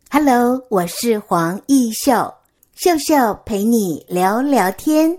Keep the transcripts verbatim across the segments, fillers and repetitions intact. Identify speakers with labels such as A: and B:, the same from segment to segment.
A: Hello， 我是黄奕秀，秀秀陪你聊聊天。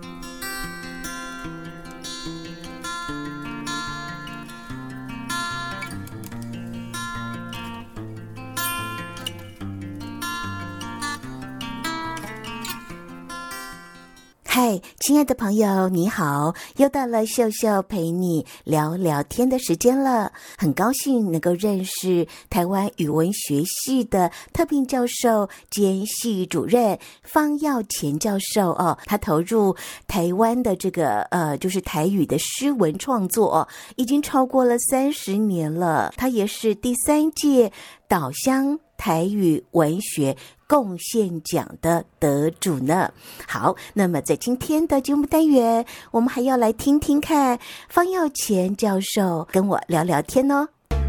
A: 嗨，亲爱的朋友，你好，又到了秀秀陪你聊聊天的时间了。很高兴能够认识台湾语文学系的特聘教授兼系主任方耀乾教授哦，他投入台湾的这个呃，就是台语的诗文创作哦，已经超过了三十年了。他也是第三届岛乡台语文学贡献奖的得主呢。好，那么在今天的节目单元，我们还要来听听看方耀乾教授跟我聊聊天哦。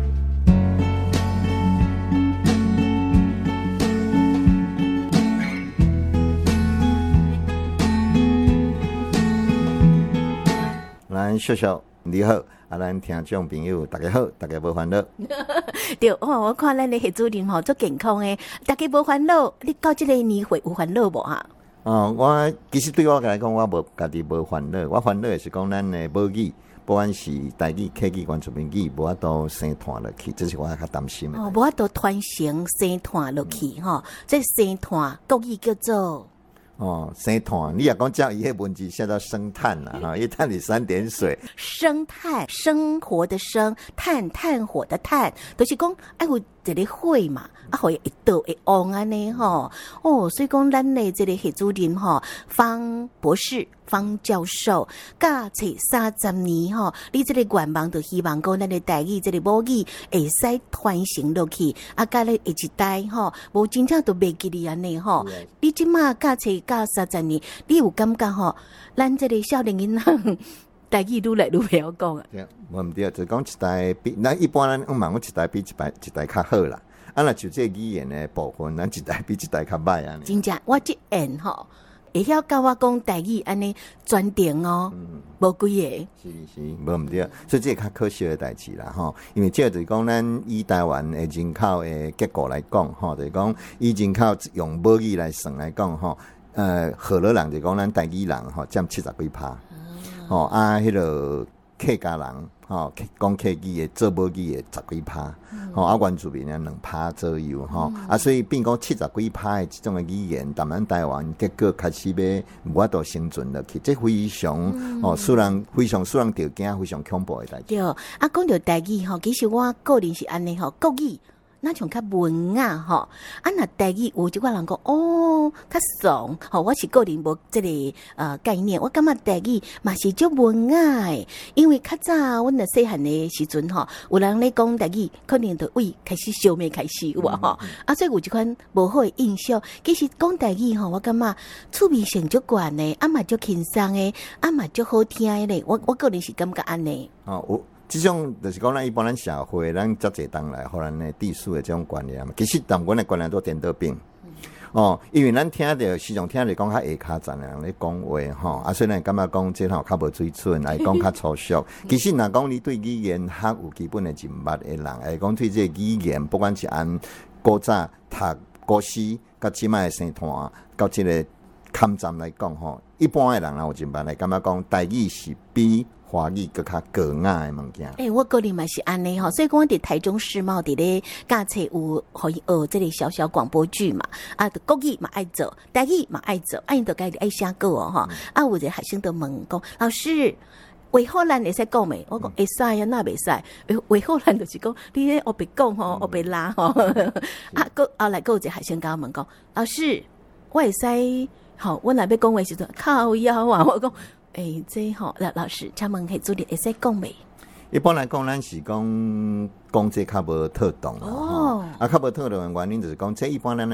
B: 咱秀秀你好，啊，咱听众朋友大家好，大家无烦恼。
A: 对哦，我看咱的系主任吼做健康诶，大家无烦恼。你到这个年会有烦恼无哈？
B: 哦，我其实对我来讲，我无家己无烦恼，我烦恼的是讲咱的母语，不管是台语、客语、原住民语，无法度生团落去，这是我较担心的。
A: 哦，无法度传承生团落去吼、嗯，这生团国语叫做。
B: 哦，生态，你也讲叫伊迄文字写到生碳啦，哈，一碳里三点水。
A: 生态，生活的生，炭炭火的炭，就是讲哎有一个火嘛，啊，火会倒会旺安尼吼。哦，所以讲咱的这个系主任吼，方博士、方教授，教册三十年吼，你这个愿望就希望讲咱的台语这个母语会使传承落去，啊，甲咧下一代吼，无真正都袂记哩安尼吼。你即马教册教三十年，你有感觉吼？咱这个少年囡仔台语愈来愈袂晓讲啊。
B: 对，无毋对，就讲一代比，咱一般咱往往一代比一代一代较好啦。啊，若就这语言的部分，咱一代比一代较歹安尼。
A: 真正，我即演吼，会晓教我讲台语安尼专程哦，无几个。
B: 是是，无毋对，所以这较可惜的代志啦吼。因为这就是讲咱以台湾的人口的结构来讲吼，就是讲以人口用母语来算来讲吼，呃，河洛人就讲咱台语人吼占七十几趴。吼、哦、啊，迄、那个客家人吼，讲客语的做母语的十几趴，吼、嗯、啊，原住民啊两趴左右吼、嗯，啊，所以变讲七十几趴的这种的语言，但咱台湾结果开始要无法度生存落去，这非常、嗯、哦，使人非常使人条件非常恐怖的代志。
A: 对，啊，讲到台语吼，其实我个人是安尼吼，国语。那像较文雅吼，啊那台语有一寡人讲哦，较怂吼，我是个人无这个呃概念，我感觉台语嘛是足文雅诶，因为较早阮咧细汉的时阵吼，有人咧讲台语，可能就为开始小妹开始有啊吼、嗯嗯，啊所以有一款无好的印象。其实讲台语吼，我感觉趣味性足悬诶，啊嘛足轻松诶，啊嘛足好听诶咧，我我个人是感觉安尼。
B: 哦，有。这种就是讲，咱一般咱社会，咱遮济当来，互咱的地数的这种观念嘛，其实当阮的观念都颠倒病。哦，因为咱听着时常听着讲较下骹站的人咧讲话吼，啊，虽然感觉讲这吼较无水准，还讲较粗俗。其实若讲你对语言较有基本的认捌的人，会讲对这个语言，不管是按古早读古诗，甲即摆的生团，到这个勘站来讲吼，一般的人有认捌来感觉讲台语是比华语更较高雅的物件。
A: 诶、欸，我个人嘛是安尼吼，所以讲我伫台中世贸伫咧教册有可以学这个小小广播剧嘛，啊，国语嘛爱做，台语嘛爱做，啊，因都该爱写歌哦吼、嗯，啊，有一个学生都问讲，老师。话好咱会使讲未？我讲会使啊，那袂使。话好咱就是讲，你咧学别讲吼，学别拉吼。啊，个后来个有一个学生甲我问讲，老师，我会使吼，我若要讲话时阵靠腰啊，我讲。诶、欸，这吼、個，老师，请问系主任会使讲未？
B: 一般来讲，咱是讲讲这较无妥当啦。哦，啊，较无妥当的原因就是讲，这一般咱咧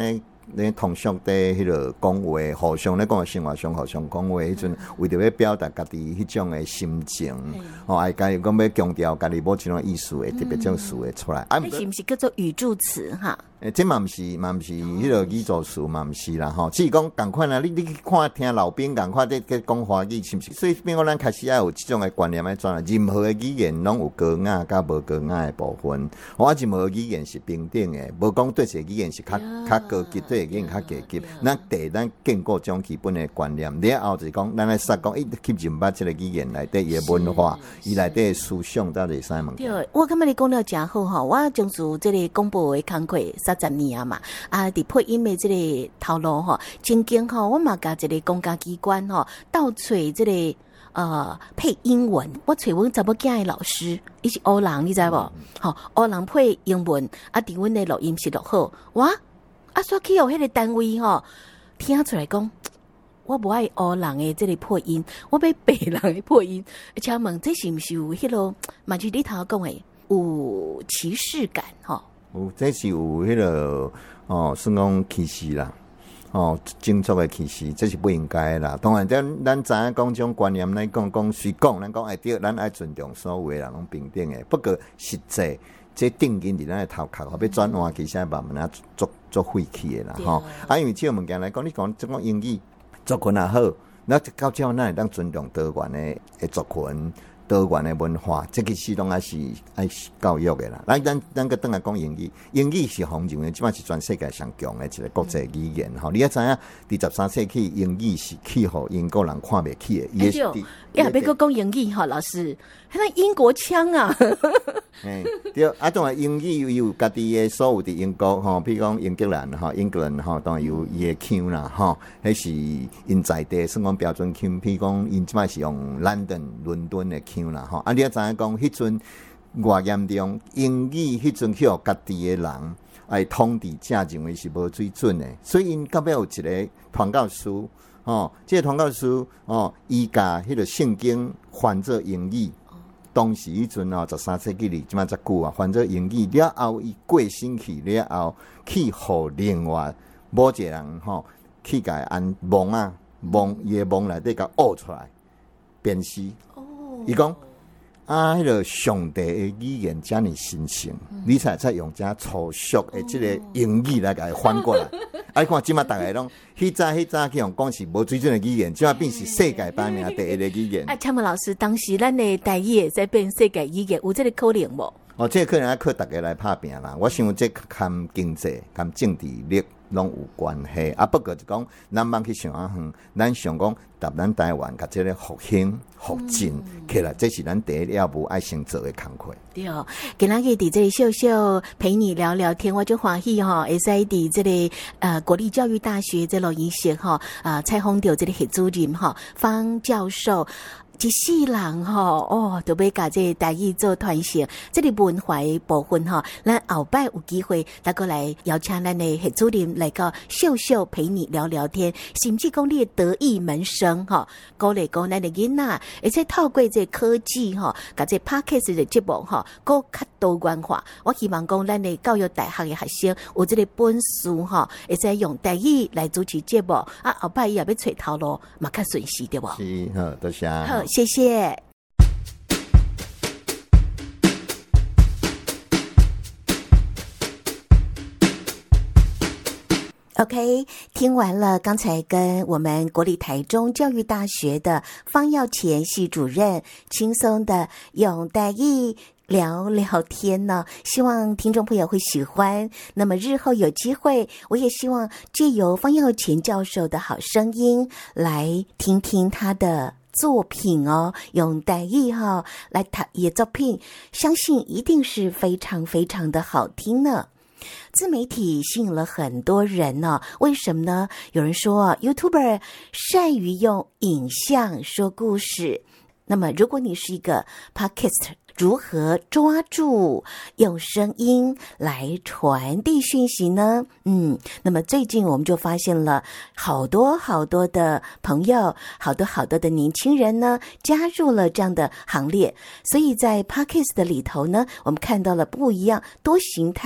B: 咧同属伫迄个讲话，互相咧讲生活上互相讲话，迄阵为着要表达家己迄种诶心情，吼、嗯，哎，家己讲要强调家己某一种意思诶，特别种词会出来。
A: 啊，是毋是叫做语助词哈？
B: 诶，这嘛毋是，嘛毋是迄个语助词，嘛毋是啦吼。只是讲共款啊，你你去看听老兵共款在在讲华语，是毋是？所以变讲咱开始要有即种诶观念来转啦。任何诶语言拢有高雅甲无高雅诶部分。我任何语言是平等诶，无讲对一个语言是较较高级，对一个语言较低级。咱第咱建构种基本诶观念，了后就是讲，咱来说讲，伊去认捌即个语言内底伊诶文化，伊内底诶思想到底啥物件？
A: 对，我感觉你讲了真好吼。我从事即个广播诶工作三十年啊嘛，啊，伫配音诶即个头路吼，曾经吼，我嘛甲一个公家机关吼，倒找即个呃配英文，我找阮查某囝诶老师，伊是乌人，你知无？吼、嗯，乌人配英文，啊，伫阮诶录音室录好，哇，啊，煞去互迄个单位吼，听出来讲。我无爱乌人诶，即个配音，我要白人诶配音。请问这是毋是有迄落？嘛是你头讲诶，有歧视感吼？
B: 有，这是有迄个哦，算讲歧视啦，哦，种族诶歧视，这是不应该啦。当然，咱咱知影讲种观念来讲，讲随讲，咱讲爱对，咱爱尊重所有诶人拢平等诶。不过实际。这定根伫咱诶头壳，后要转换其实慢慢啊做做废弃诶啦吼。啊，因为即个物件来讲，你讲即讲英语族群也好，那到最后咱会当尊重多元诶诶族群、多元诶文化，这其实拢还是爱教育诶啦。咱咱咱个等来讲英语，英语是红人诶，即摆是全世界上强诶一个国际语言吼。你也知影，伫十三世纪英语是去互英国人看袂起诶。
A: 哎呦，呀，别个讲英语吼，老师，那英国腔啊。
B: 嘿，对，啊，当然英语有家己诶所有伫英国吼，比如讲英格兰吼、英格兰吼，当然有伊诶腔啦吼，迄是因在地算讲标准腔，比如讲因即摆是用伦敦、伦敦诶腔啦吼。啊，你也知影讲，迄阵偌严重，英语迄阵去互家己诶人来统治，正认为是无水准诶，所以因到尾有一个传教士吼，即、这个传教士哦，伊甲迄个圣经翻做英语。当时迄阵哦，十三世纪里即摆遮久啊，翻做英语了后，伊过身去了后，去互另外某一个人吼、哦，去甲按梦啊梦，伊诶梦内底甲挖出来辨识。哦，伊讲啊，迄、那个上帝诶语言遮尔神圣，嗯、你才才用遮粗俗诶即个英语来甲伊翻过来。啊，你看即摆逐个拢，迄早迄早去用讲是无水准诶语言，即摆变是世界排名第一诶语言。
A: 啊，请问老师，当时咱诶台语会使变世界语言，有这个可能无？
B: 哦，这个可能要靠大家来拍拼啦。我想这跟经济、跟政治力拢有关系。啊，不过就讲，咱茫去想啊远，咱想讲，搭咱台湾甲这个复兴、复振起来，这是咱第一要务爱先做的工作。
A: 对哦，今仔日伫这里秀秀陪你聊聊天，我就欢喜吼，会使伫这里呃国立教育大学这录音室吼，啊采访到这个系主任吼方教授。一世人吼哦，都要甲这台语做传承，这个文化的部分吼，咱后摆有机会再过来邀请咱的系主任来到秀秀陪你聊聊天，甚至讲你的得意门生吼，鼓励讲咱的囡仔，而且透过这科技吼，甲这 Podcast 的节目吼，更较多元化。我希望讲咱的教育大学的学生有这个本事吼，会使用台语来主持节目，啊后摆伊也要找头路，嘛较顺势对无？
B: 是，好，多谢。
A: 好。谢谢。OK， 听完了刚才跟我们国立台中教育大学的方耀乾系主任轻松的用台语聊聊天呢，希望听众朋友会喜欢。那么日后有机会，我也希望借由方耀乾教授的好声音来听听他的作品哦，用台语哈、哦、来读伊的作品，相信一定是非常非常的好听呢。自媒体吸引了很多人呢、哦，为什么呢？有人说 YouTuber 善于用影像说故事，那么如果你是一个 Podcast， 如何抓住用声音来传递讯息呢？嗯，那么最近我们就发现了好多好多的朋友，好多好多的年轻人呢，加入了这样的行列。所以在 Podcast 的里头呢，我们看到了不一样多形态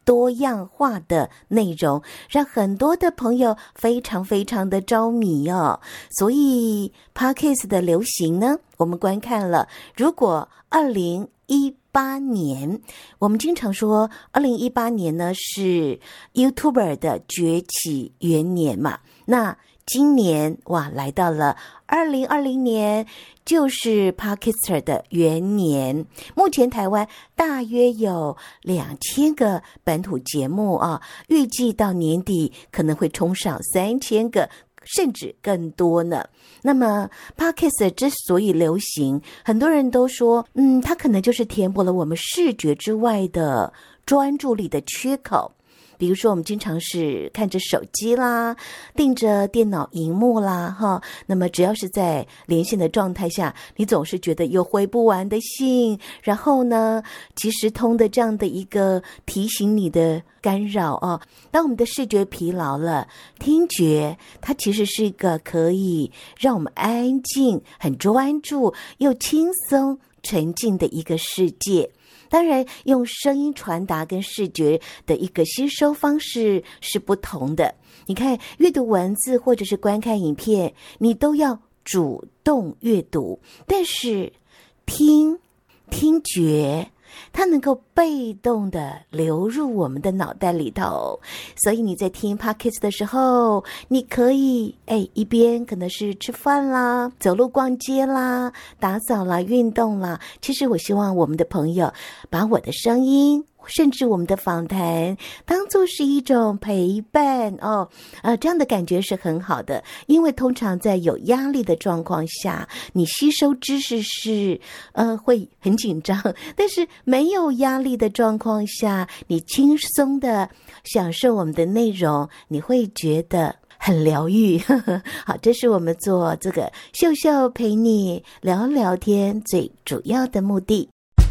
A: 多样化的内容，让很多的朋友非常非常的着迷哦。所以 Podcast 的流行呢，我们观看了，如果二零一八年，我们经常说二零一八年呢是 YouTuber 的崛起元年嘛，那今年哇来到了二零二零年，就是 Podcaster 的元年。目前台湾大约有两千个本土节目啊，预计到年底可能会冲上三千个，甚至更多呢。那么 Podcast 之所以流行，很多人都说嗯，它可能就是填补了我们视觉之外的专注力的缺口。比如说我们经常是看着手机啦，盯着电脑荧幕啦哈，那么只要是在连线的状态下，你总是觉得有回不完的信，然后呢即时通的这样的一个提醒你的干扰哦。当我们的视觉疲劳了，听觉它其实是一个可以让我们安静、很专注又轻松沉浸的一个世界。当然用声音传达跟视觉的一个吸收方式是不同的，你看阅读文字或者是观看影片，你都要主动阅读，但是听听觉它能够被动的流入我们的脑袋里头。所以你在听 Podcast 的时候，你可以哎一边可能是吃饭啦、走路逛街啦、打扫啦、运动啦。其实我希望我们的朋友把我的声音甚至我们的访谈当作是一种陪伴哦，呃，这样的感觉是很好的。因为通常在有压力的状况下，你吸收知识是呃会很紧张，但是没有压力的状况下，你轻松的享受我们的内容，你会觉得很疗愈。好，这是我们做这个秀秀陪你聊聊天最主要的目的。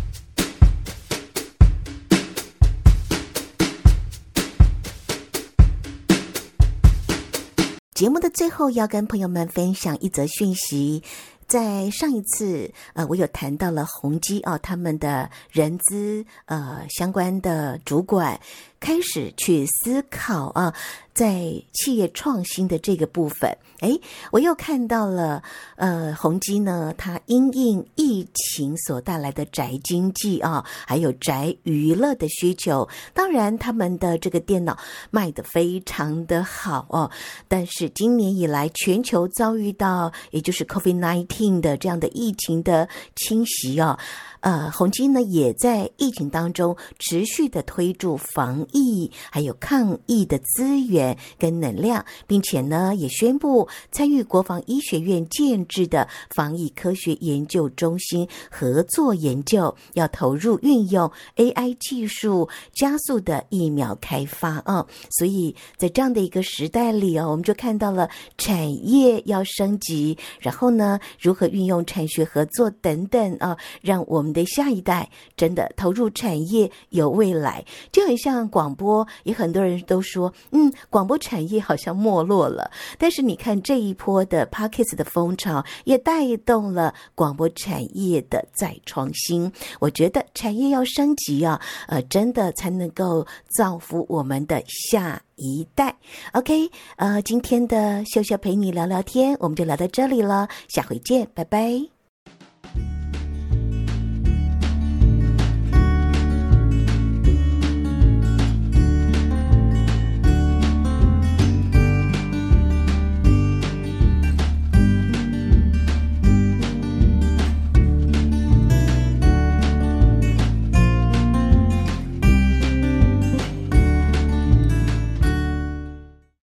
A: 节目的最后要跟朋友们分享一则讯息。在上一次呃，我有谈到了宏基哦，他们的人资呃相关的主管开始去思考啊，在企业创新的这个部分，诶，我又看到了呃，宏基呢，它因应疫情所带来的宅经济啊，还有宅娱乐的需求，当然他们的这个电脑卖得非常的好哦，但是今年以来全球遭遇到也就是 COVID 十九 的这样的疫情的侵袭哦，呃，宏基呢也在疫情当中持续的推助防疫还有抗疫的资源跟能量，并且呢也宣布参与国防医学院建制的防疫科学研究中心合作研究，要投入运用 A I 技术加速的疫苗开发啊。所以在这样的一个时代里哦，我们就看到了产业要升级，然后呢如何运用产学合作等等啊，让我们的下一代真的投入产业有未来。就很像广播，也很多人都说嗯，广播产业好像没落了，但是你看这一波的 Podcast 的风潮也带动了广播产业的再创新。我觉得产业要升级啊，呃，真的才能够造福我们的下一代。 OK， 呃，今天的秀秀陪你聊聊天我们就聊到这里了，下回见，拜拜。